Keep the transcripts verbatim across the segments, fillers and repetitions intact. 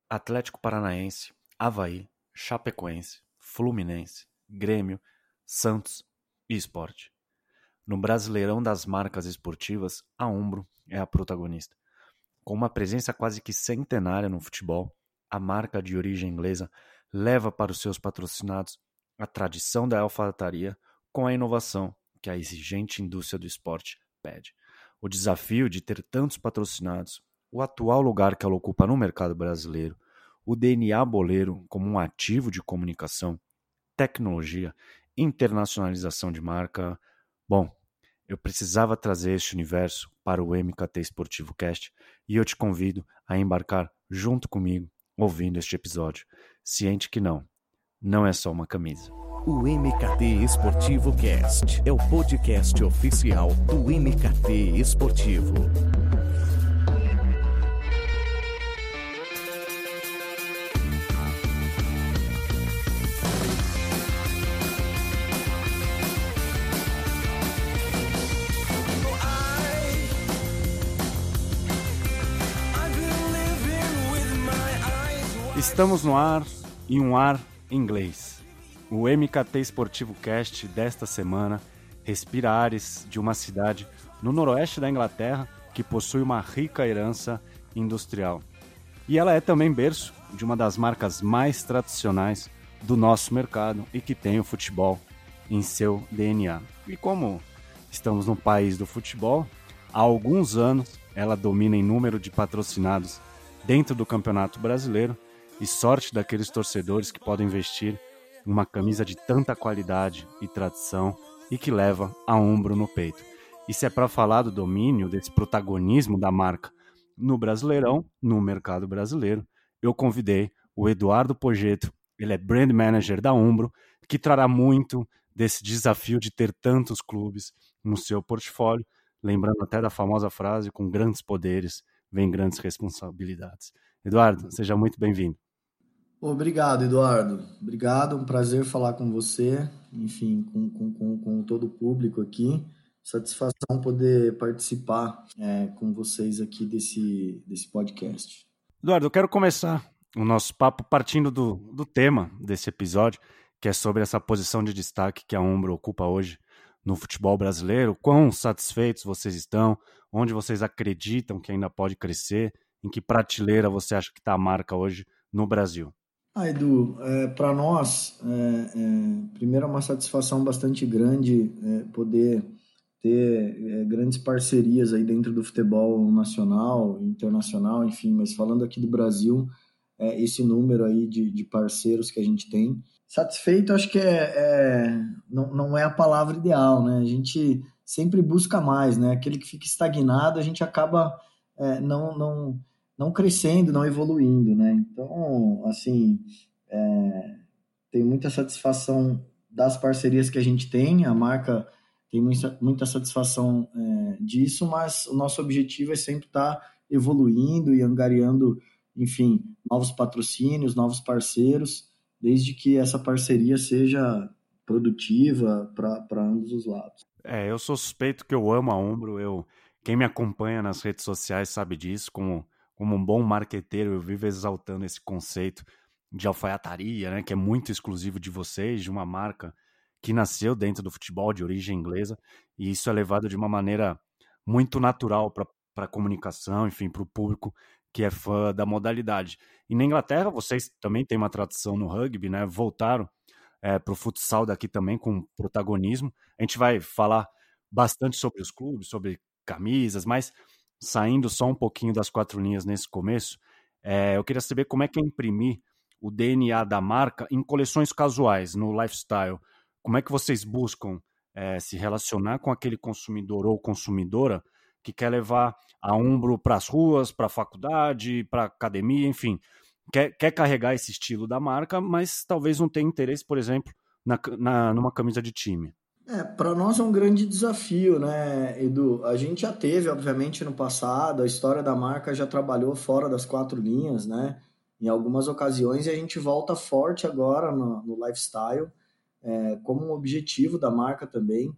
Atlético Paranaense, Avaí, Chapecoense, Fluminense, Grêmio, Santos e Sport. No Brasileirão das Marcas Esportivas, a Umbro é a protagonista. Com uma presença quase que centenária no futebol, a marca de origem inglesa leva para os seus patrocinados a tradição da alfaiataria com a inovação que a exigente indústria do esporte pede. O desafio de ter tantos patrocinados, o atual lugar que ela ocupa no mercado brasileiro, o D N A boleiro como um ativo de comunicação, tecnologia, internacionalização de marca. Bom, eu precisava trazer este universo para o M K T Esportivo Cast e eu te convido a embarcar junto comigo ouvindo este episódio, ciente que não, não é só uma camisa. O M K T Esportivo Cast é o podcast oficial do M K T Esportivo. Estamos no ar e um ar inglês. O M K T Esportivo Cast desta semana respira ares de uma cidade no noroeste da Inglaterra que possui uma rica herança industrial. E ela é também berço de uma das marcas mais tradicionais do nosso mercado e que tem o futebol em seu D N A. E como estamos no país do futebol, há alguns anos ela domina em número de patrocinados dentro do Campeonato Brasileiro e sorte daqueles torcedores que podem vestir uma camisa de tanta qualidade e tradição e que leva a Umbro no peito. E se é para falar do domínio, desse protagonismo da marca no Brasileirão, no mercado brasileiro, eu convidei o Eduardo Pogetto, ele é Brand Manager da Umbro, que trará muito desse desafio de ter tantos clubes no seu portfólio, lembrando até da famosa frase, com grandes poderes vem grandes responsabilidades. Eduardo, seja muito bem-vindo. Obrigado, Eduardo. Obrigado, um prazer falar com você, enfim, com, com, com, com todo o público aqui. Satisfação poder participar é, com vocês aqui desse, desse podcast. Eduardo, eu quero começar o nosso papo partindo do, do tema desse episódio, que é sobre essa posição de destaque que a Umbro ocupa hoje no futebol brasileiro. Quão satisfeitos vocês estão? Onde vocês acreditam que ainda pode crescer? Em que prateleira você acha que está a marca hoje no Brasil? Ah, Edu, é, para nós, é, é, primeiro é uma satisfação bastante grande é, poder ter é, grandes parcerias aí dentro do futebol nacional, internacional, enfim, mas falando aqui do Brasil, é, esse número aí de, de parceiros que a gente tem. Satisfeito, acho que é, é, não, não é a palavra ideal, né? A gente sempre busca mais, né? Aquele que fica estagnado, a gente acaba é, não... não não crescendo, não evoluindo, né? Então, assim, é, tem muita satisfação das parcerias que a gente tem, a marca tem muita, muita satisfação é, disso, mas o nosso objetivo é sempre estar evoluindo e angariando, enfim, novos patrocínios, novos parceiros, desde que essa parceria seja produtiva para ambos os lados. É, eu sou suspeito que eu amo a Umbro, eu, quem me acompanha nas redes sociais sabe disso, como Como um bom marqueteiro, eu vivo exaltando esse conceito de alfaiataria, né, que é muito exclusivo de vocês, de uma marca que nasceu dentro do futebol de origem inglesa, e isso é levado de uma maneira muito natural para a comunicação, enfim, para o público que é fã da modalidade. E na Inglaterra, vocês também têm uma tradição no rugby, né, voltaram é, para o futsal daqui também com protagonismo. A gente vai falar bastante sobre os clubes, sobre camisas, mas saindo só um pouquinho das quatro linhas nesse começo, é, eu queria saber como é que é imprimir o D N A da marca em coleções casuais, no lifestyle. Como é que vocês buscam é, se relacionar com aquele consumidor ou consumidora que quer levar a Umbro para as ruas, para a faculdade, para a academia, enfim, quer, quer carregar esse estilo da marca, mas talvez não tenha interesse, por exemplo, na, na, numa camisa de time. É, para nós é um grande desafio, né, Edu? A gente já teve, obviamente, no passado, a história da marca já trabalhou fora das quatro linhas, né, em algumas ocasiões, e a gente volta forte agora no, no lifestyle, é, como um objetivo da marca também,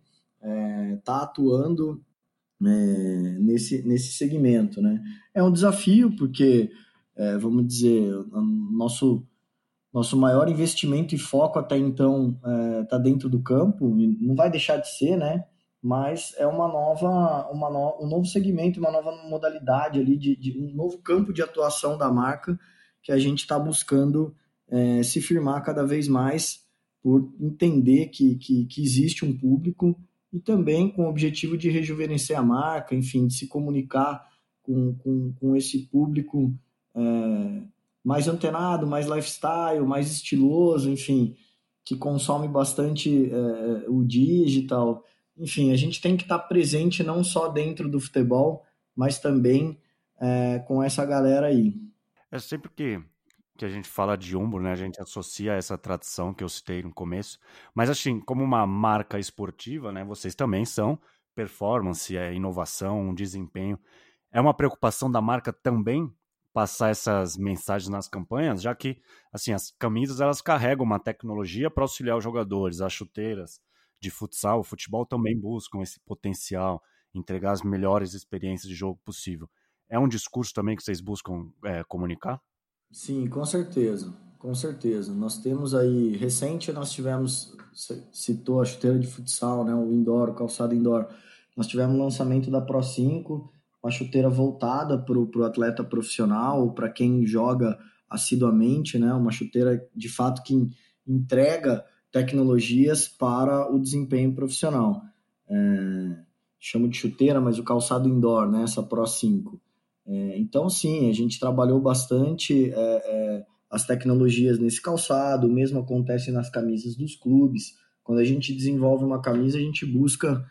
é, tá atuando é, nesse, nesse segmento, né? É um desafio, porque é, vamos dizer, nosso, nosso maior investimento e foco até então está é, dentro do campo, não vai deixar de ser, né? Mas é uma nova, uma no, um novo segmento, uma nova modalidade ali, de, de um novo campo de atuação da marca que a gente está buscando é, se firmar cada vez mais por entender que, que, que existe um público e também com o objetivo de rejuvenescer a marca, enfim, de se comunicar com, com, com esse público é, mais antenado, mais lifestyle, mais estiloso, enfim, que consome bastante é, o digital. Enfim, a gente tem que estar presente não só dentro do futebol, mas também é, com essa galera aí. É sempre que, que a gente fala de Umbro, né, a gente associa essa tradição que eu citei no começo, mas assim, como uma marca esportiva, né, vocês também são performance, é inovação, um desempenho. É uma preocupação da marca também passar essas mensagens nas campanhas, já que assim, as camisas elas carregam uma tecnologia para auxiliar os jogadores, as chuteiras de futsal, o futebol também buscam esse potencial, entregar as melhores experiências de jogo possível. É um discurso também que vocês buscam é, comunicar? Sim, com certeza, com certeza. Nós temos aí, recente nós tivemos, citou a chuteira de futsal, né, o indoor, o calçado indoor. Nós tivemos o lançamento da Pro cinco, uma chuteira voltada para o atleta profissional, para quem joga assiduamente, né, uma chuteira de fato que entrega tecnologias para o desempenho profissional. É, chamo de chuteira, mas o calçado indoor, né, essa Pro cinco. É, então, sim, a gente trabalhou bastante é, é, as tecnologias nesse calçado, o mesmo acontece nas camisas dos clubes. Quando a gente desenvolve uma camisa, a gente busca,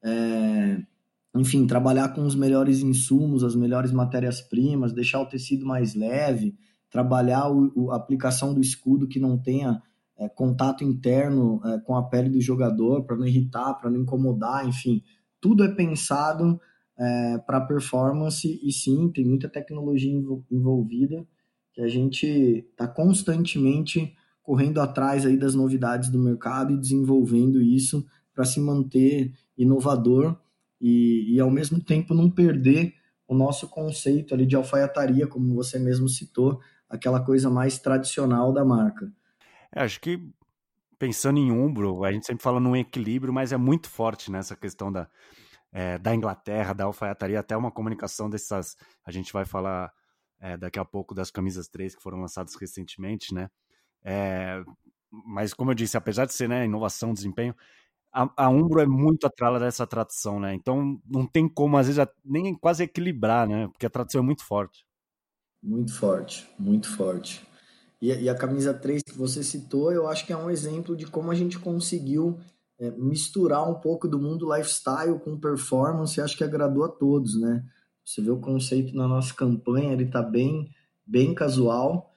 é, enfim, trabalhar com os melhores insumos, as melhores matérias-primas, deixar o tecido mais leve, trabalhar o, o, a aplicação do escudo que não tenha é, contato interno é, com a pele do jogador, para não irritar, para não incomodar, enfim, tudo é pensado É, para performance, e sim, tem muita tecnologia envolvida que a gente está constantemente correndo atrás aí das novidades do mercado e desenvolvendo isso para se manter inovador e, e ao mesmo tempo não perder o nosso conceito ali de alfaiataria, como você mesmo citou, aquela coisa mais tradicional da marca. É, acho que pensando em Umbro, a gente sempre fala num equilíbrio, mas é muito forte nessa questão da É, da Inglaterra, da alfaiataria, até uma comunicação dessas, a gente vai falar é, daqui a pouco das camisas três que foram lançadas recentemente, né, é, mas como eu disse, apesar de ser, né, inovação, desempenho, a, a Umbro é muito atrelada dessa tradição, né, então não tem como, às vezes, nem quase equilibrar, né, porque a tradição é muito forte. Muito forte, muito forte. E, e a camisa três que você citou, eu acho que é um exemplo de como a gente conseguiu É, misturar um pouco do mundo lifestyle com performance, acho que agradou a todos, né? Você vê o conceito na nossa campanha, ele tá bem, bem casual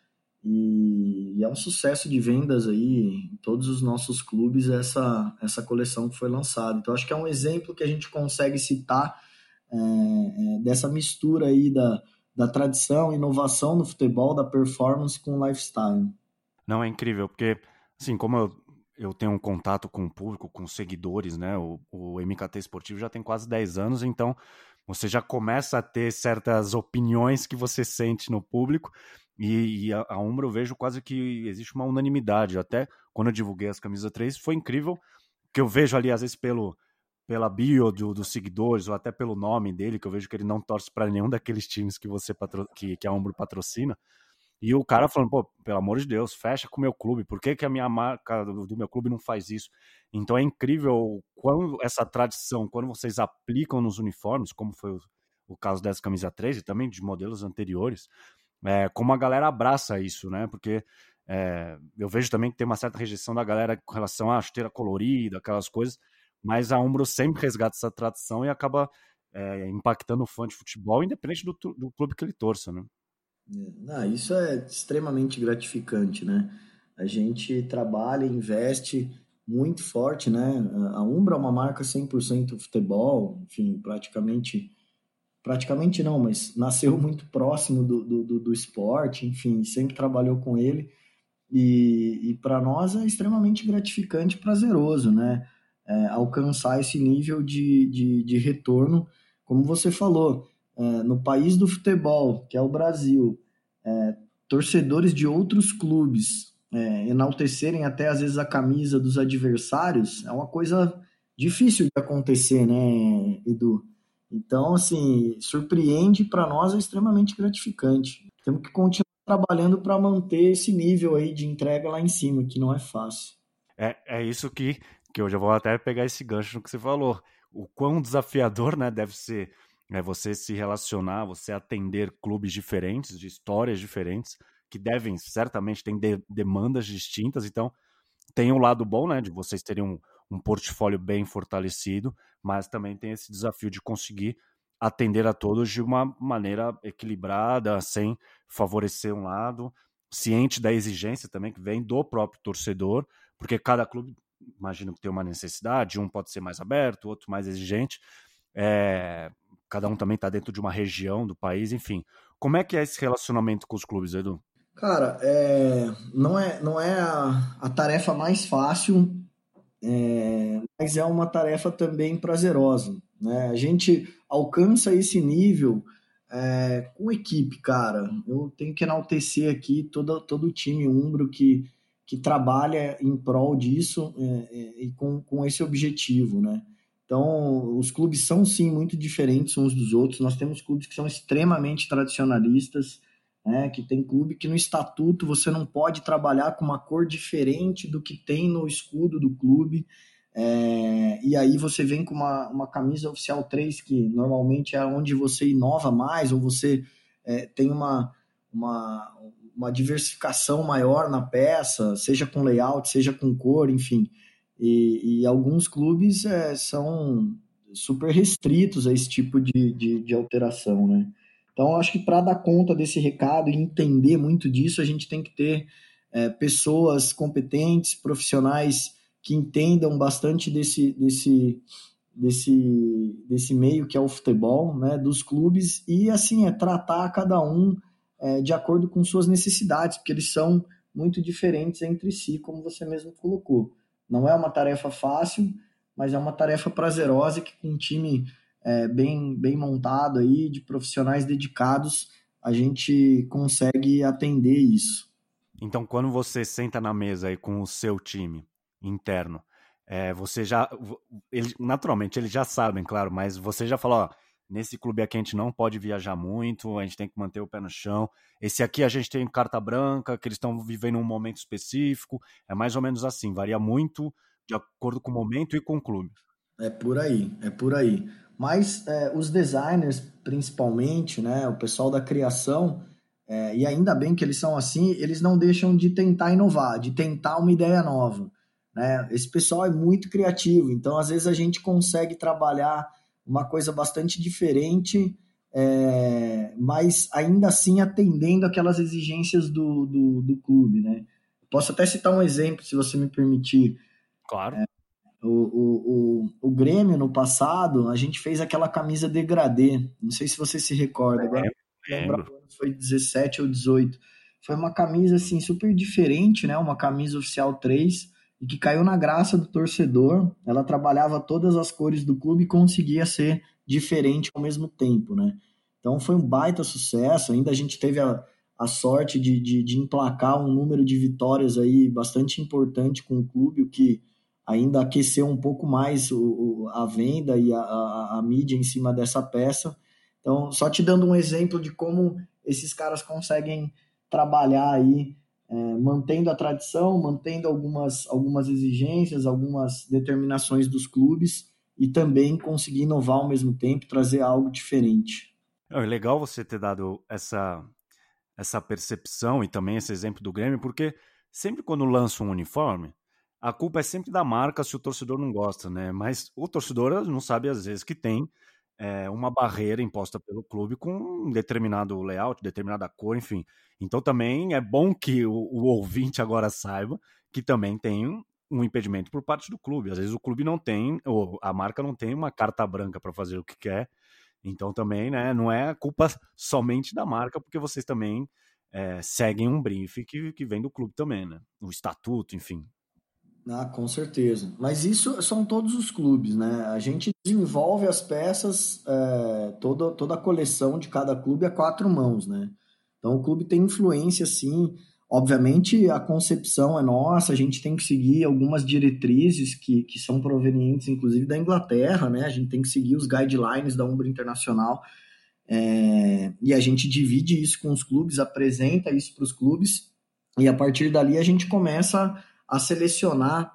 e, e é um sucesso de vendas aí em todos os nossos clubes essa, essa coleção que foi lançada. Então acho que é um exemplo que a gente consegue citar é, é, dessa mistura aí da, da tradição, inovação no futebol, da performance com o lifestyle. Não, é incrível, porque assim, como eu eu tenho um contato com o público, com seguidores, né? O, o M K T Esportivo já tem quase dez anos, então você já começa a ter certas opiniões que você sente no público, e, e a, a Umbro eu vejo quase que existe uma unanimidade. Até quando eu divulguei as camisas três, foi incrível, que eu vejo ali, às vezes, pelo, pela bio do, dos seguidores, ou até pelo nome dele, que eu vejo que ele não torce para nenhum daqueles times que, você patro, que, que a Umbro patrocina. E o cara falando, pô, pelo amor de Deus, fecha com o meu clube, por que, que a minha marca do, do meu clube não faz isso? Então é incrível quando essa tradição, quando vocês aplicam nos uniformes, como foi o, o caso dessa camisa três e também de modelos anteriores, é, como a galera abraça isso, né? Porque é, eu vejo também que tem uma certa rejeição da galera com relação à chuteira colorida, aquelas coisas, mas a Umbro sempre resgata essa tradição e acaba é, impactando o fã de futebol, independente do, do clube que ele torça, né? Ah, isso é extremamente gratificante, né? A gente trabalha, investe muito forte, né? A Umbra é uma marca cem por cento futebol, enfim, praticamente, praticamente não, mas nasceu muito próximo do, do, do esporte, enfim, sempre trabalhou com ele e, e para nós é extremamente gratificante e prazeroso, né? É, alcançar esse nível de, de, de retorno, como você falou, é, no país do futebol, que é o Brasil, é, torcedores de outros clubes é, enaltecerem até às vezes a camisa dos adversários, é uma coisa difícil de acontecer, né, Edu? Então, assim, surpreende, para nós é extremamente gratificante. Temos que continuar trabalhando para manter esse nível aí de entrega lá em cima, que não é fácil. É, é isso que, que eu já vou até pegar esse gancho no que você falou. O quão desafiador, né, deve ser, né, você se relacionar, você atender clubes diferentes, de histórias diferentes, que devem, certamente, ter de, demandas distintas. Então, tem o lado bom, né, de vocês terem um, um portfólio bem fortalecido, mas também tem esse desafio de conseguir atender a todos de uma maneira equilibrada, sem favorecer um lado, ciente da exigência também que vem do próprio torcedor, porque cada clube, imagino que tem uma necessidade, um pode ser mais aberto, outro mais exigente, é, cada um também está dentro de uma região do país, enfim. Como é que é esse relacionamento com os clubes, Edu? Cara, é, não é, não é a, a tarefa mais fácil, é, mas é uma tarefa também prazerosa, né? A gente alcança esse nível é, com equipe, cara. Eu tenho que enaltecer aqui todo, todo o time Umbro que, que trabalha em prol disso é, é, e com, com esse objetivo, né? Então, os clubes são sim muito diferentes uns dos outros. Nós temos clubes que são extremamente tradicionalistas, né, que tem clube que no estatuto você não pode trabalhar com uma cor diferente do que tem no escudo do clube, é, e aí você vem com uma, uma camisa oficial três, que normalmente é onde você inova mais, ou você é, tem uma, uma, uma diversificação maior na peça, seja com layout, seja com cor, enfim, e, e alguns clubes é, são super restritos a esse tipo de, de, de alteração, né? Então, eu acho que para dar conta desse recado e entender muito disso, a gente tem que ter é, pessoas competentes, profissionais que entendam bastante desse, desse, desse, desse meio que é o futebol, né, dos clubes, e assim, é tratar cada um é, de acordo com suas necessidades, porque eles são muito diferentes entre si, como você mesmo colocou. Não é uma tarefa fácil, mas é uma tarefa prazerosa que com um time É, bem, bem montado aí, de profissionais dedicados, a gente consegue atender isso. Então, quando você senta na mesa aí com o seu time interno, é, você já, ele, naturalmente, eles já sabem, claro, mas você já falou, ó, nesse clube aqui a gente não pode viajar muito, a gente tem que manter o pé no chão, esse aqui a gente tem carta branca, que eles estão vivendo um momento específico, é mais ou menos assim, varia muito de acordo com o momento e com o clube. É por aí, é por aí. Mas é, os designers, principalmente, né, o pessoal da criação, é, e ainda bem que eles são assim, eles não deixam de tentar inovar, de tentar uma ideia nova, né? Esse pessoal é muito criativo, então às vezes a gente consegue trabalhar uma coisa bastante diferente, é, mas ainda assim atendendo aquelas exigências do, do, do clube, né? Posso até citar um exemplo, se você me permitir. Claro. O, o, o, o Grêmio, no passado, a gente fez aquela camisa degradê. Não sei se você se recorda. Agora, É, lembra, foi dezessete ou dezoito. Foi uma camisa, assim, super diferente, né? Uma camisa oficial três, e que caiu na graça do torcedor. Ela trabalhava todas as cores do clube e conseguia ser diferente ao mesmo tempo, né? Então, foi um baita sucesso. Ainda a gente teve a, a sorte de, de, de emplacar um número de vitórias aí bastante importante com o clube, o que ainda aqueceu um pouco mais o, o, a venda e a, a, a mídia em cima dessa peça. Então, só te dando um exemplo de como esses caras conseguem trabalhar aí, é, mantendo a tradição, mantendo algumas, algumas exigências, algumas determinações dos clubes e também conseguir inovar ao mesmo tempo, trazer algo diferente. É legal você ter dado essa, essa percepção e também esse exemplo do Grêmio, porque sempre quando lança um uniforme, a culpa é sempre da marca se o torcedor não gosta, né? Mas o torcedor não sabe, às vezes, que tem é, uma barreira imposta pelo clube com um determinado layout, determinada cor, enfim. Então também é bom que o, o ouvinte agora saiba que também tem um, um impedimento por parte do clube. Às vezes o clube não tem, ou a marca não tem uma carta branca para fazer o que quer. Então também, né, não é culpa somente da marca, porque vocês também é, seguem um brief que, que vem do clube também, né? O estatuto, enfim. Ah, com certeza. Mas isso são todos os clubes, né? A gente desenvolve as peças, é, toda, toda a coleção de cada clube a quatro mãos, né? Então o clube tem influência, sim. Obviamente a concepção é nossa, a gente tem que seguir algumas diretrizes que, que são provenientes, inclusive, da Inglaterra, né? A gente tem que seguir os guidelines da Umbro Internacional, é, e a gente divide isso com os clubes, apresenta isso para os clubes, e a partir dali a gente começa a selecionar,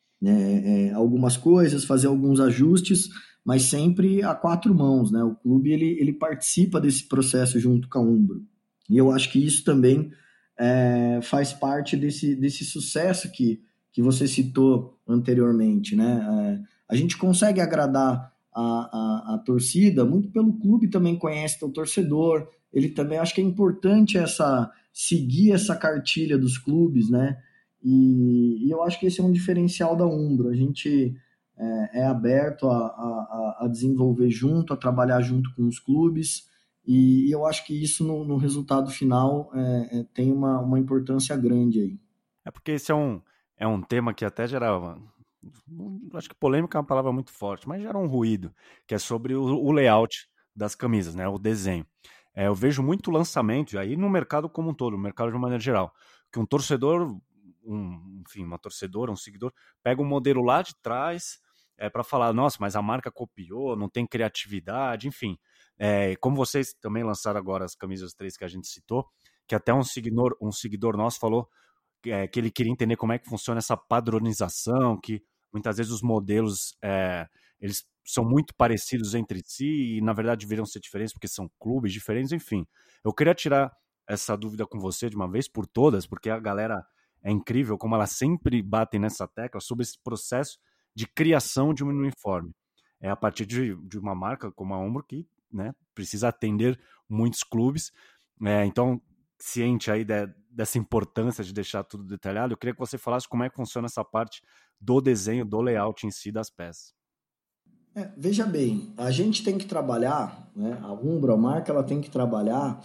né, é, algumas coisas, fazer alguns ajustes, mas sempre a quatro mãos, né? O clube ele, ele participa desse processo junto com a Umbro. E eu acho que isso também é, faz parte desse, desse sucesso que, que você citou anteriormente, né? É, a gente consegue agradar a, a, a torcida muito pelo clube também conhece o torcedor. Ele também acho que é importante essa seguir essa cartilha dos clubes, né? E, e eu acho que esse é um diferencial da Umbro. A gente é, é aberto a, a, a desenvolver junto, a trabalhar junto com os clubes, e, e eu acho que isso no, no resultado final é, é, tem uma, uma importância grande aí. É porque esse é um, é um tema que até gerava, acho que polêmica é uma palavra muito forte, mas gera um ruído, que é sobre o, o layout das camisas, né, o desenho. É, eu vejo muito lançamento, aí no mercado como um todo, no mercado de uma maneira geral, que um torcedor, um, enfim, uma torcedora, um seguidor, pega um modelo lá de trás é, para falar, nossa, mas a marca copiou, não tem criatividade, enfim. É, como vocês também lançaram agora as camisas três que a gente citou, que até um seguidor, um seguidor nosso falou é, que ele queria entender como é que funciona essa padronização, que muitas vezes os modelos é, eles são muito parecidos entre si e na verdade deveriam ser diferentes porque são clubes diferentes, enfim. Eu queria tirar essa dúvida com você de uma vez por todas, porque a galera é incrível como ela sempre bate nessa tecla sobre esse processo de criação de um uniforme. É a partir de, de uma marca como a Umbro que, né, precisa atender muitos clubes. É, então, ciente aí de, dessa importância de deixar tudo detalhado, eu queria que você falasse como é que funciona essa parte do desenho, do layout em si das peças. É, veja bem, a gente tem que trabalhar, né, a Umbro, a marca, ela tem que trabalhar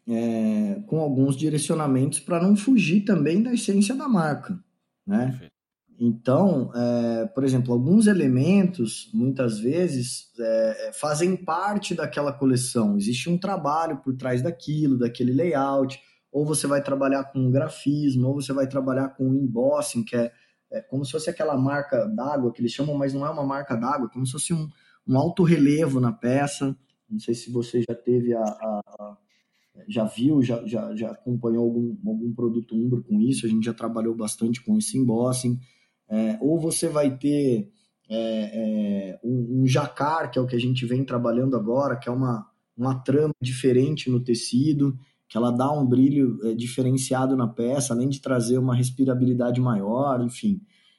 é, com alguns direcionamentos para não fugir também da essência da marca, né? Perfeito. Então, é, por exemplo, alguns elementos, muitas vezes, é, fazem parte daquela coleção. Existe um trabalho por trás daquilo, daquele layout, ou você vai trabalhar com grafismo, ou você vai trabalhar com embossing, que é, é como se fosse aquela marca d'água que eles chamam, mas não é uma marca d'água, é como se fosse um, um alto relevo na peça. Não sei se você já teve a, a, a já viu, já, já, já acompanhou algum, algum produto Umbro com isso, a gente já trabalhou bastante com esse embossing. É, ou você vai ter é, é, um, um jacar, que é o que a gente vem trabalhando agora, que é uma, uma trama diferente no tecido, que ela dá um brilho é, diferenciado na peça, além de trazer uma respirabilidade maior, enfim.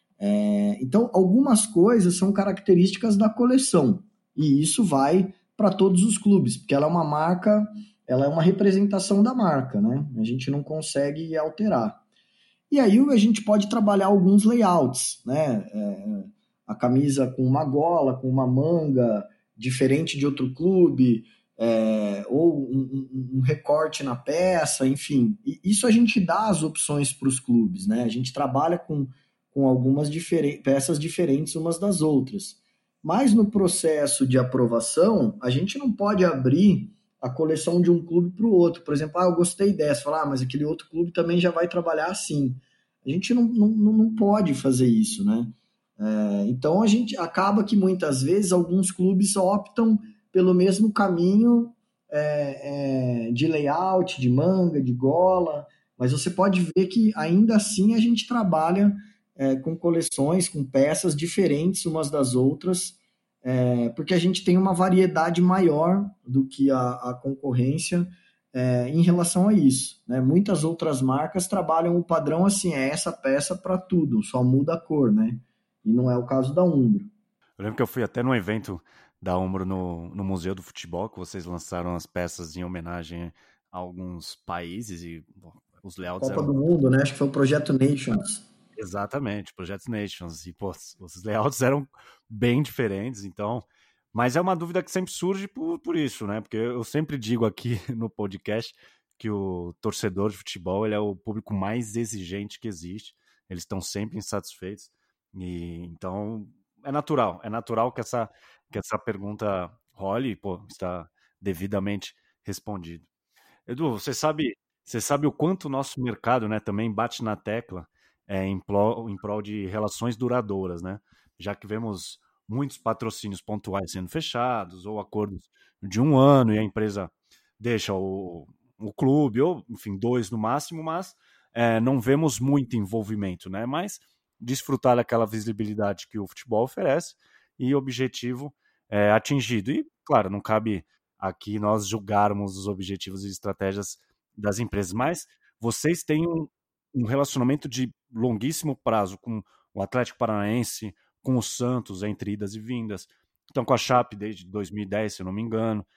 É, então, algumas coisas são características da coleção, e isso vai para todos os clubes, porque ela é uma marca, ela é uma representação da marca, né? A gente não consegue alterar. E aí a gente pode trabalhar alguns layouts, né? É, a camisa com uma gola, com uma manga, diferente de outro clube, é, ou um, um, um recorte na peça, enfim. E isso a gente dá as opções para os clubes, né? A gente trabalha com, com algumas diferen- peças diferentes umas das outras. Mas no processo de aprovação, a gente não pode abrir a coleção de um clube para o outro. Por exemplo, ah, eu gostei dessa. Falar, ah, mas aquele outro clube também já vai trabalhar assim. A gente não, não, não pode fazer isso, né? É, então, a gente acaba que muitas vezes alguns clubes optam pelo mesmo caminho é, é, de layout, de manga, de gola, mas você pode ver que ainda assim a gente trabalha é, com coleções, com peças diferentes umas das outras, é, porque a gente tem uma variedade maior do que a, a concorrência é, em relação a isso, né? Muitas outras marcas trabalham o padrão assim, é essa peça para tudo, só muda a cor, né? E não é o caso da Umbro. Eu lembro que eu fui até no evento da Umbro no, no Museu do Futebol, que vocês lançaram as peças em homenagem a alguns países e bom, os layouts Copa eram... do Mundo, né? Acho que foi o Projeto Nations. Exatamente, Projetos Nations. E, pô, os layouts eram bem diferentes, então... Mas é uma dúvida que sempre surge por, por isso, né? Porque eu sempre digo aqui no podcast que o torcedor de futebol ele é o público mais exigente que existe. Eles estão sempre insatisfeitos. E, então, é natural. É natural que essa, que essa pergunta role e, pô, está devidamente respondido. Edu, você sabe Você sabe o quanto o nosso mercado, né, também bate na tecla é, em, prol, em prol de relações duradouras, né? Já que vemos muitos patrocínios pontuais sendo fechados ou acordos de um ano e a empresa deixa o, o clube, ou enfim, dois no máximo, mas é, não vemos muito envolvimento, né? Mas desfrutar daquela visibilidade que o futebol oferece e objetivo é, atingido. E, claro, não cabe aqui nós julgarmos os objetivos e estratégias das empresas, mas vocês têm um, um relacionamento de longuíssimo prazo com o Atlético Paranaense, com o Santos, entre idas e vindas. Estão com a Chape desde dois mil e dez, se eu não me engano.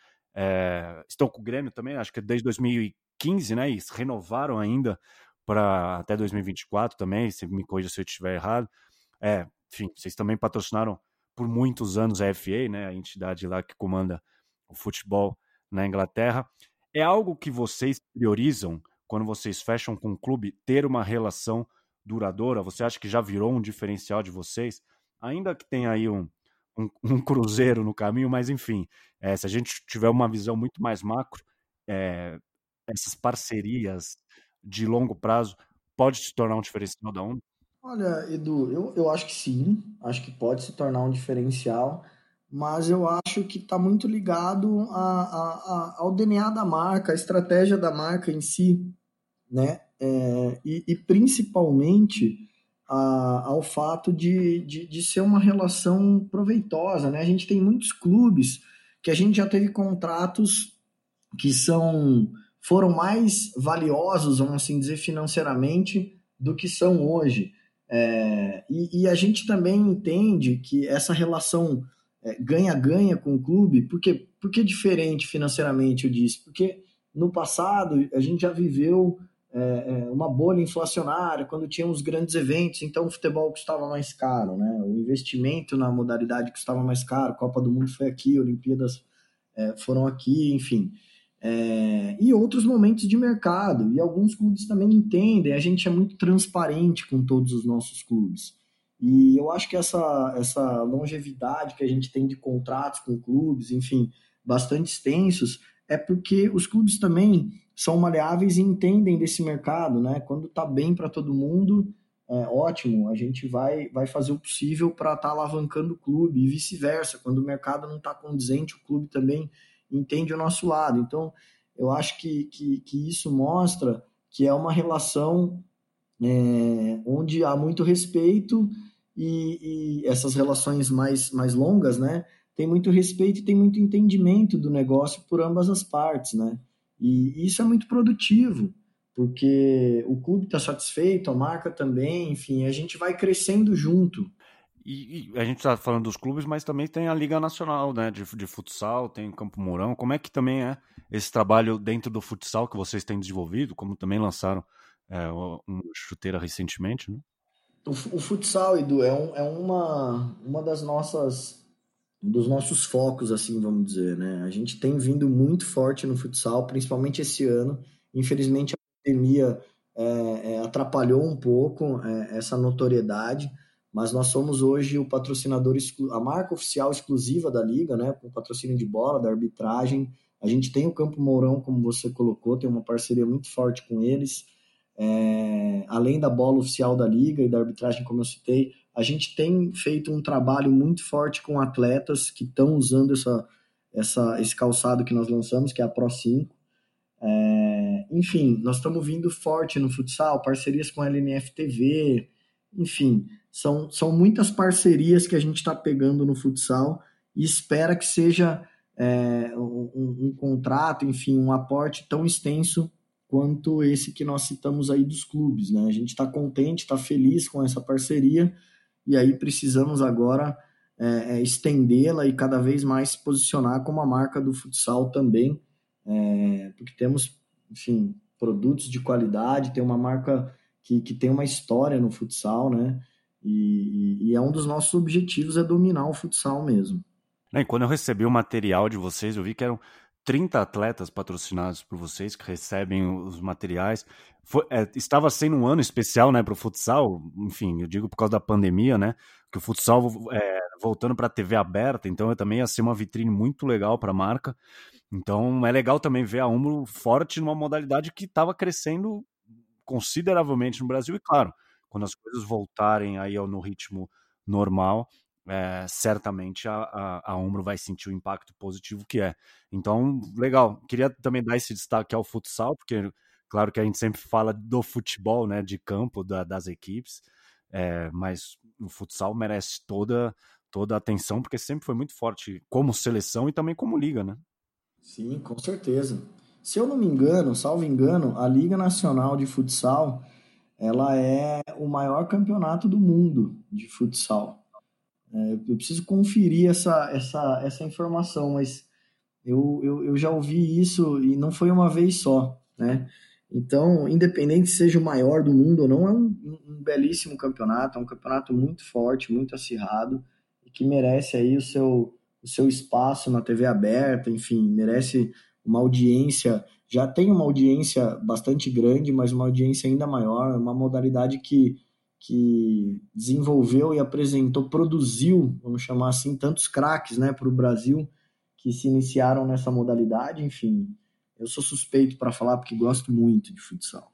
É, estão com o Grêmio também, acho que desde dois mil e quinze, né? E renovaram ainda para até dois mil e vinte e quatro também, se me corrija se eu estiver errado. É, enfim, vocês também patrocinaram por muitos anos a F A, né? A entidade lá que comanda o futebol na Inglaterra. É algo que vocês priorizam quando vocês fecham com o clube, ter uma relação duradoura? Você acha que já virou um diferencial de vocês? Ainda que tenha aí um, um, um cruzeiro no caminho, mas enfim, é, se a gente tiver uma visão muito mais macro, é, essas parcerias de longo prazo pode se tornar um diferencial da onda? Olha, Edu, eu, eu acho que sim, acho que pode se tornar um diferencial, mas eu acho que está muito ligado a, a- a- ao D N A da marca, a estratégia da marca em si, né? É, e, e principalmente a- ao fato de, de, de ser uma relação proveitosa, né? A gente tem muitos clubes que a gente já teve contratos que são foram mais valiosos, vamos assim dizer, financeiramente do que são hoje. É, e, e a gente também entende que essa relação é, ganha-ganha com o clube, porque, porque é diferente financeiramente, eu disse, porque no passado a gente já viveu é, é, uma bolha inflacionária, quando tinha os grandes eventos, então o futebol custava mais caro, né? O investimento na modalidade custava mais caro, Copa do Mundo foi aqui, Olimpíadas é, foram aqui, enfim. É, e outros momentos de mercado. E alguns clubes também entendem, a gente é muito transparente com todos os nossos clubes. E eu acho que essa, essa longevidade que a gente tem de contratos com clubes, enfim, bastante extensos, é porque os clubes também são maleáveis e entendem desse mercado, né? Quando tá bem para todo mundo, é ótimo, a gente vai, vai fazer o possível para estar tá alavancando o clube e vice-versa. Quando o mercado não está condizente, o clube também entende o nosso lado. Então, eu acho que, que, que isso mostra que é uma relação é, onde há muito respeito e, e essas relações mais, mais longas, né? Tem muito respeito e tem muito entendimento do negócio por ambas as partes, né? E isso é muito produtivo, porque o clube está satisfeito, a marca também, enfim, a gente vai crescendo junto. E, e a gente está falando dos clubes, mas também tem a Liga Nacional, né, de, de futsal, tem Campo Mourão. Como é que também é esse trabalho dentro do futsal que vocês têm desenvolvido? Como também lançaram é, uma chuteira recentemente, né? O, o futsal, Edu, é, um, é uma, uma das nossas um dos nossos focos, assim, vamos dizer, né? A gente tem vindo muito forte no futsal, principalmente esse ano. Infelizmente, a pandemia é, é, atrapalhou um pouco é, essa notoriedade, mas nós somos hoje o patrocinador, exclu- a marca oficial exclusiva da Liga, né? Com patrocínio de bola, da arbitragem. A gente tem o Campo Mourão, como você colocou, tem uma parceria muito forte com eles. É, além da bola oficial da Liga e da arbitragem, como eu citei, a gente tem feito um trabalho muito forte com atletas que estão usando essa, essa, esse calçado que nós lançamos, que é a Pro cinco. É, enfim, nós estamos vindo forte no futsal, parcerias com a L N F T V, enfim, são, são muitas parcerias que a gente está pegando no futsal e espera que seja é, um, um contrato, enfim, um aporte tão extenso quanto esse que nós citamos aí dos clubes, né? A gente está contente, está feliz com essa parceria e aí precisamos agora é, é, estendê-la e cada vez mais se posicionar como a marca do futsal também, é, porque temos, enfim, produtos de qualidade, tem uma marca que, que tem uma história no futsal, né? E, e é um dos nossos objetivos é dominar o futsal mesmo. E quando eu recebi o material de vocês, eu vi que eram trinta atletas patrocinados por vocês, que recebem os materiais. Foi, é, estava sendo um ano especial, né, para o futsal, enfim, eu digo por causa da pandemia, né, que o futsal é, voltando para a T V aberta, então também ia ser uma vitrine muito legal para a marca. Então é legal também ver a Umbro forte numa modalidade que estava crescendo consideravelmente no Brasil, e claro, quando as coisas voltarem aí no ritmo normal, é, certamente a, a, a Umbro vai sentir o impacto positivo que é. Então, legal. Queria também dar esse destaque ao futsal, porque claro que a gente sempre fala do futebol, né, de campo, da, das equipes, é, mas o futsal merece toda, toda a atenção, porque sempre foi muito forte como seleção e também como liga, né? Sim, com certeza. Se eu não me engano, salvo engano, a Liga Nacional de Futsal, ela é o maior campeonato do mundo de futsal. É, eu preciso conferir essa, essa, essa informação, mas eu, eu, eu já ouvi isso e não foi uma vez só, né? Então, independente se seja o maior do mundo ou não, é um, um belíssimo campeonato, é um campeonato muito forte, muito acirrado, e que merece aí o seu, o seu espaço na T V aberta, enfim, merece uma audiência, já tem uma audiência bastante grande, mas uma audiência ainda maior, uma modalidade que, que desenvolveu e apresentou, produziu, vamos chamar assim, tantos craques, né, para o Brasil, que se iniciaram nessa modalidade, enfim, eu sou suspeito para falar porque gosto muito de futsal.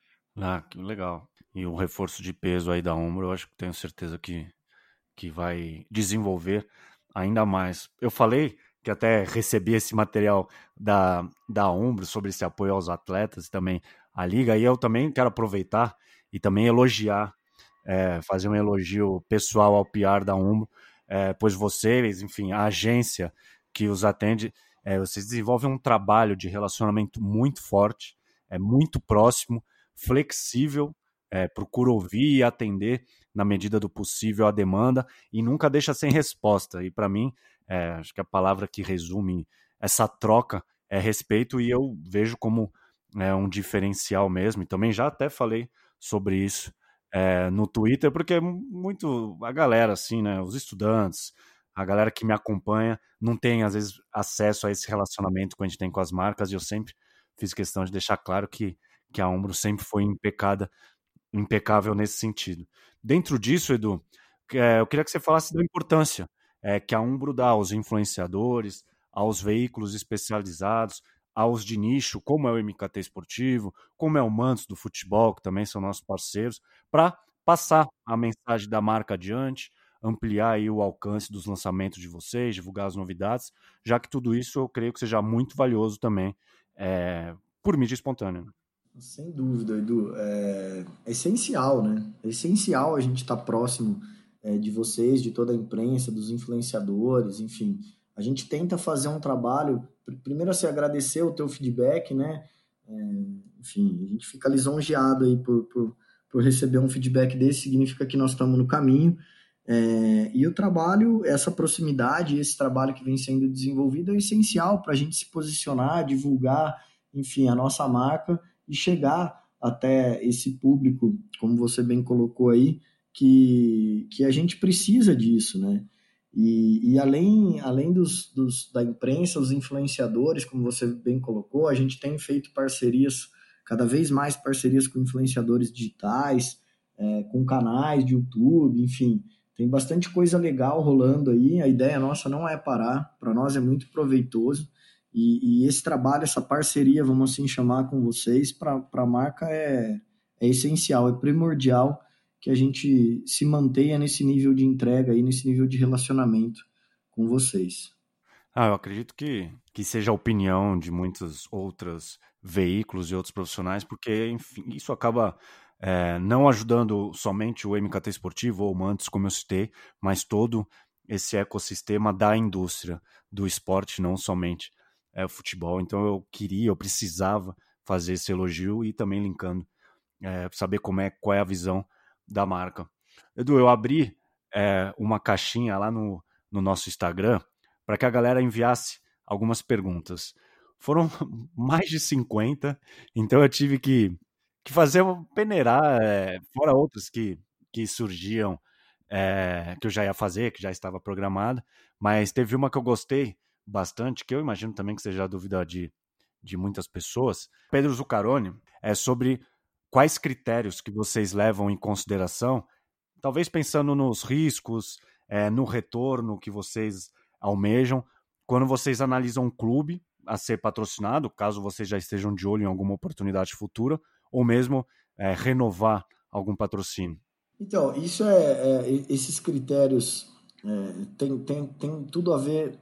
Ah, que legal. E o reforço de peso aí da Umbro, eu acho que tenho certeza que, que vai desenvolver ainda mais. Eu falei que até recebi esse material da, da Umbro sobre esse apoio aos atletas e também a Liga, e eu também quero aproveitar e também elogiar, é, fazer um elogio pessoal ao P R da Umbro, é, pois vocês, enfim, a agência que os atende, é, vocês desenvolvem um trabalho de relacionamento muito forte, é muito próximo, flexível, é, procura ouvir e atender na medida do possível a demanda e nunca deixa sem resposta. E para mim, é, acho que a palavra que resume essa troca é respeito, e eu vejo como é, um diferencial mesmo. E também já até falei sobre isso é, no Twitter, porque muito a galera, assim, né, os estudantes, a galera que me acompanha, não tem, às vezes, acesso a esse relacionamento que a gente tem com as marcas, e eu sempre fiz questão de deixar claro que, que a Umbro sempre foi impecada, impecável nesse sentido. Dentro disso, Edu, é, eu queria que você falasse da importância é, que a Umbro dá aos influenciadores, aos veículos especializados, aos de nicho, como é o M K T Esportivo, como é o Mantos do Futebol, que também são nossos parceiros, para passar a mensagem da marca adiante, ampliar aí o alcance dos lançamentos de vocês, divulgar as novidades, já que tudo isso eu creio que seja muito valioso também é, por mídia espontânea. Sem dúvida, Edu. É, é essencial, né? É essencial a gente estar próximo é, de vocês, de toda a imprensa, dos influenciadores, enfim. A gente tenta fazer um trabalho, primeiro assim, agradecer o teu feedback, né? É, enfim, a gente fica lisonjeado aí por, por, por receber um feedback desse, significa que nós estamos no caminho. É, e o trabalho, essa proximidade, esse trabalho que vem sendo desenvolvido é essencial para a gente se posicionar, divulgar, enfim, a nossa marca e chegar até esse público, como você bem colocou aí, que, que a gente precisa disso, né? E, e além, além dos, dos, da imprensa, os influenciadores, como você bem colocou, a gente tem feito parcerias, cada vez mais parcerias com influenciadores digitais, é, com canais de YouTube, enfim, tem bastante coisa legal rolando aí. A ideia nossa não é parar, para nós é muito proveitoso. E, e esse trabalho, essa parceria, vamos assim chamar com vocês, para a marca é, é essencial, é primordial que a gente se mantenha nesse nível de entrega, aí, nesse nível de relacionamento com vocês. Ah, eu acredito que, que seja a opinião de muitos outros veículos e outros profissionais, porque, enfim, isso acaba é, não ajudando somente o M K T Esportivo ou o Mantos, como eu citei, mas todo esse ecossistema da indústria do esporte, não somente é, o futebol. Então eu queria, eu precisava fazer esse elogio e também linkando, é, saber como é, qual é a visão da marca. Edu, eu abri é, uma caixinha lá no, no nosso Instagram para que a galera enviasse algumas perguntas. Foram mais de cinquenta, então eu tive que, que fazer, peneirar, é, fora outras que, que surgiam, é, que eu já ia fazer, que já estava programada, mas teve uma que eu gostei bastante, que eu imagino também que seja a dúvida de, de muitas pessoas, Pedro Zuccaroni, é sobre quais critérios que vocês levam em consideração, talvez pensando nos riscos, é, no retorno que vocês almejam, quando vocês analisam um clube a ser patrocinado, caso vocês já estejam de olho em alguma oportunidade futura, ou mesmo é, renovar algum patrocínio. Então, isso é, é esses critérios é, tem, tem, tem tudo a ver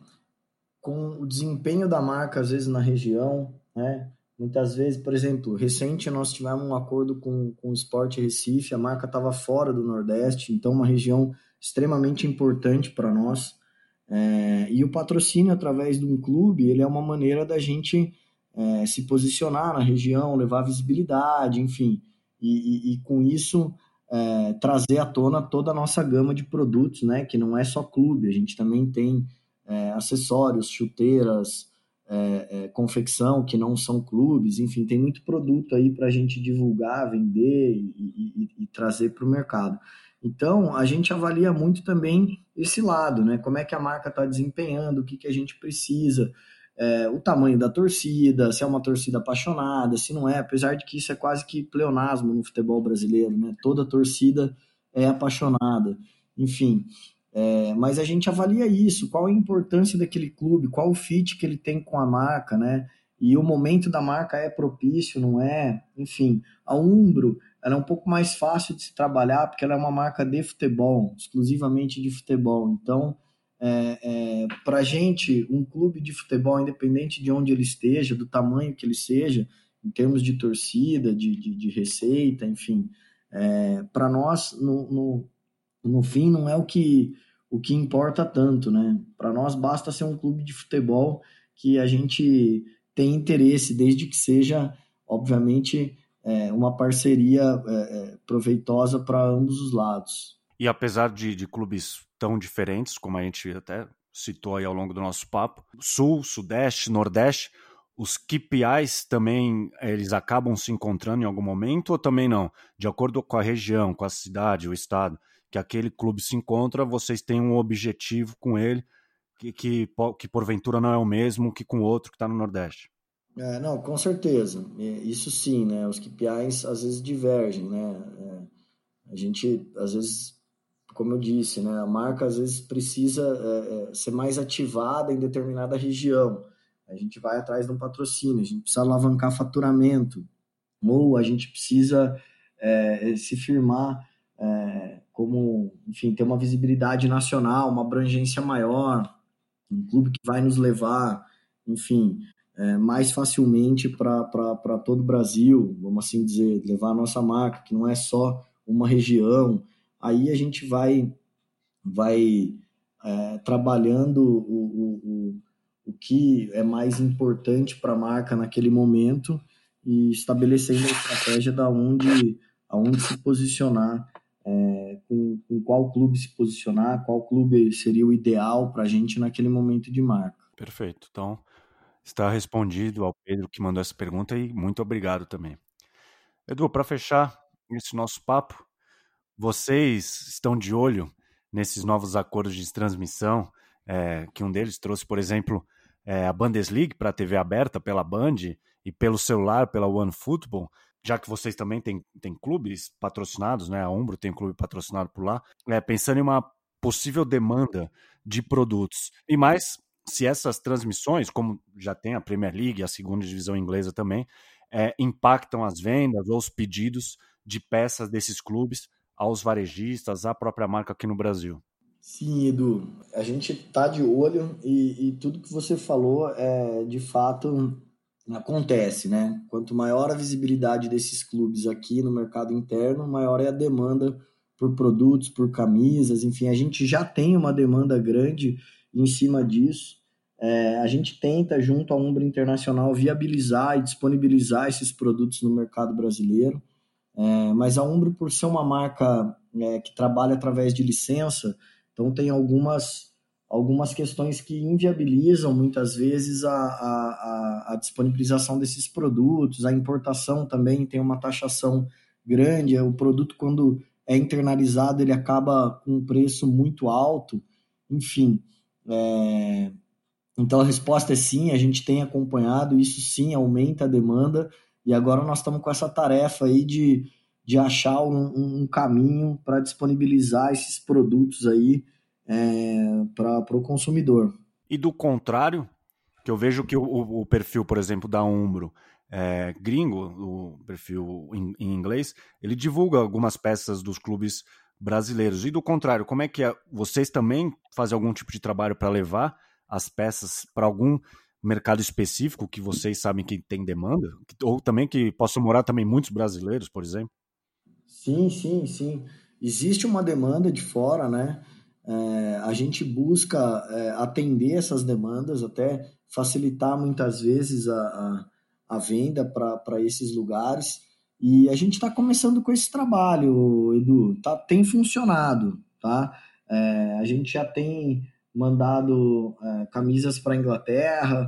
com o desempenho da marca, às vezes, na região, né? Muitas vezes, por exemplo, recente nós tivemos um acordo com, com o Sport Recife, a marca estava fora do Nordeste, então uma região extremamente importante para nós. É, e o patrocínio através de um clube, ele é uma maneira da gente é, se posicionar na região, levar visibilidade, enfim, e, e, e com isso é, trazer à tona toda a nossa gama de produtos, né? Que não é só clube, a gente também tem é, acessórios, chuteiras, É, é, confecção, que não são clubes, enfim, tem muito produto aí para a gente divulgar, vender e, e, e trazer para o mercado. Então, a gente avalia muito também esse lado, né? Como é que a marca está desempenhando, o que, que a gente precisa, é, o tamanho da torcida, se é uma torcida apaixonada, se não é, apesar de que isso é quase que pleonasmo no futebol brasileiro, né? Toda torcida é apaixonada, enfim. É, mas a gente avalia isso, qual a importância daquele clube, qual o fit que ele tem com a marca, né? E o momento da marca é propício, não é? Enfim, a Umbro, ela é um pouco mais fácil de se trabalhar porque ela é uma marca de futebol, exclusivamente de futebol. Então, é, é, para a gente, um clube de futebol, independente de onde ele esteja, do tamanho que ele seja, em termos de torcida, de, de, de receita, enfim, é, para nós, no, no, no fim, não é o que o que importa tanto, né? Para nós basta ser um clube de futebol que a gente tem interesse, desde que seja, obviamente, é, uma parceria é, proveitosa para ambos os lados. E apesar de, de clubes tão diferentes, como a gente até citou aí ao longo do nosso papo, Sul, Sudeste, Nordeste, os K P Is também, eles acabam se encontrando em algum momento ou também não? De acordo com a região, com a cidade, o estado, que aquele clube se encontra, vocês têm um objetivo com ele que, que, que porventura não é o mesmo que com o outro que está no Nordeste. É, não, com certeza. Isso sim, né? Os K P Is às vezes divergem, né? É, a gente, às vezes, como eu disse, né? A marca às vezes precisa é, ser mais ativada em determinada região. A gente vai atrás de um patrocínio, a gente precisa alavancar faturamento, ou a gente precisa é, se firmar é, como, enfim, ter uma visibilidade nacional, uma abrangência maior, um clube que vai nos levar, enfim, é, mais facilmente para todo o Brasil, vamos assim dizer, levar a nossa marca, que não é só uma região. Aí a gente vai, vai é, trabalhando o, o, o, o que é mais importante para a marca naquele momento e estabelecendo a estratégia da onde, aonde se posicionar, é, com, com qual clube se posicionar, qual clube seria o ideal para a gente naquele momento de marca. Perfeito. Então, está respondido ao Pedro que mandou essa pergunta e muito obrigado também. Edu, para fechar esse nosso papo, vocês estão de olho nesses novos acordos de transmissão, é, que um deles trouxe, por exemplo, é, a Bundesliga para a T V aberta pela Band e pelo celular pela OneFootball, já que vocês também têm, têm clubes patrocinados, né? A Umbro tem um clube patrocinado por lá, é, pensando em uma possível demanda de produtos. E mais, se essas transmissões, como já tem a Premier League e a segunda divisão inglesa também, é, impactam as vendas ou os pedidos de peças desses clubes aos varejistas, à própria marca aqui no Brasil. Sim, Edu, a gente tá de olho e, e tudo que você falou é de fato acontece, né? Quanto maior a visibilidade desses clubes aqui no mercado interno, maior é a demanda por produtos, por camisas, enfim, a gente já tem uma demanda grande em cima disso. É, a gente tenta, junto à Umbro Internacional, viabilizar e disponibilizar esses produtos no mercado brasileiro, é, mas a Umbro, por ser uma marca é, que trabalha através de licença, então tem algumas algumas questões que inviabilizam muitas vezes a, a, a disponibilização desses produtos, a importação também tem uma taxação grande, o produto quando é internalizado ele acaba com um preço muito alto, enfim, é, Então a resposta é sim, a gente tem acompanhado, isso sim aumenta a demanda, e agora nós estamos com essa tarefa aí de, de achar um, um caminho para disponibilizar esses produtos aí é, para o consumidor. E do contrário, que eu vejo que o, o perfil, por exemplo, da Umbro, é, gringo, o perfil em, em inglês, ele divulga algumas peças dos clubes brasileiros. E do contrário, como é que é? Vocês também fazem algum tipo de trabalho para levar as peças para algum mercado específico que vocês sabem que tem demanda? Ou também que possam morar também muitos brasileiros, por exemplo? Sim, sim, sim. Existe uma demanda de fora, né? É, a gente busca é, atender essas demandas, até facilitar muitas vezes a, a, a venda para esses lugares. E a gente está começando com esse trabalho, Edu. Tá, tem funcionado, tá? É, a gente já tem mandado é, camisas para a Inglaterra,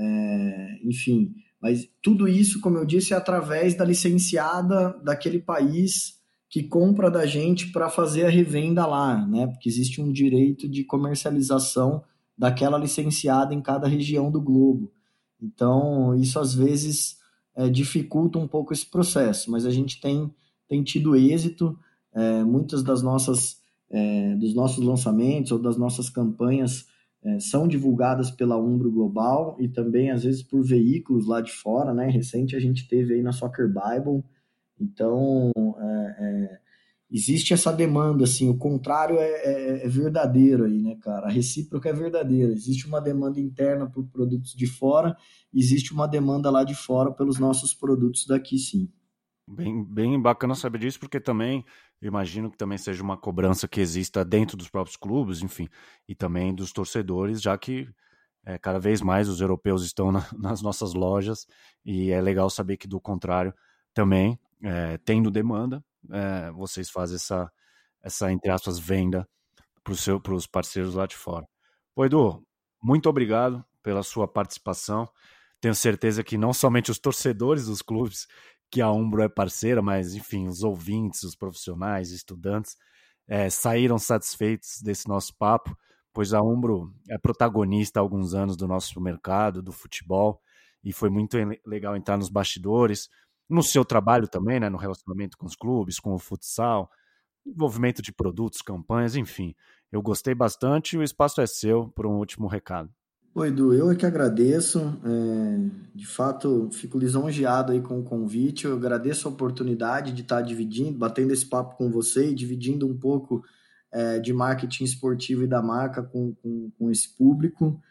é, enfim. Mas tudo isso, como eu disse, é através da licenciada daquele país que compra da gente para fazer a revenda lá, né? Porque existe um direito de comercialização daquela licenciada em cada região do globo. Então, isso às vezes é, dificulta um pouco esse processo, mas a gente tem, tem tido êxito. É, muitas das nossas é, dos nossos lançamentos ou das nossas campanhas é, são divulgadas pela Umbro Global e também às vezes por veículos lá de fora, né? Recente a gente teve aí na Soccer Bible. Então, é, é, existe essa demanda, assim, o contrário é, é, é verdadeiro aí, né, cara? A recíproca é verdadeira. Existe uma demanda interna por produtos de fora, existe uma demanda lá de fora pelos nossos produtos daqui, sim. Bem, bem bacana saber disso, porque também eu imagino que também seja uma cobrança que exista dentro dos próprios clubes, enfim, e também dos torcedores, já que é, cada vez mais os europeus estão na, nas nossas lojas, e é legal saber que, do contrário, também, é, tendo demanda, é, vocês fazem essa, essa, entre aspas, venda para os parceiros lá de fora. Pô, Edu, muito obrigado pela sua participação. Tenho certeza que não somente os torcedores dos clubes que a Umbro é parceira, mas, enfim, os ouvintes, os profissionais, estudantes, é, saíram satisfeitos desse nosso papo, pois a Umbro é protagonista há alguns anos do nosso mercado, do futebol, e foi muito legal entrar nos bastidores, no seu trabalho também, né, no relacionamento com os clubes, com o futsal, envolvimento de produtos, campanhas, enfim. Eu gostei bastante e o espaço é seu para um último recado. Oi, Edu, eu é que agradeço. É, de fato, fico lisonjeado aí com o convite. Eu agradeço a oportunidade de estar dividindo, batendo esse papo com você e dividindo um pouco é, de marketing esportivo e da marca com, com, com esse público.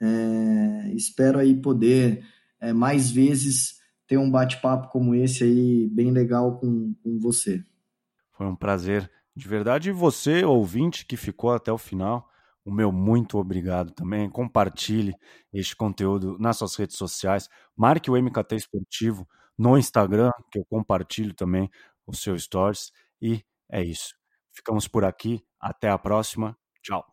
É, espero aí poder é, mais vezes ter um bate-papo como esse aí, bem legal com, com você. Foi um prazer de verdade. E você, ouvinte, que ficou até o final, o meu muito obrigado também. Compartilhe este conteúdo nas suas redes sociais. Marque o M K T Esportivo no Instagram, que eu compartilho também os seus stories. E é isso. Ficamos por aqui. Até a próxima. Tchau.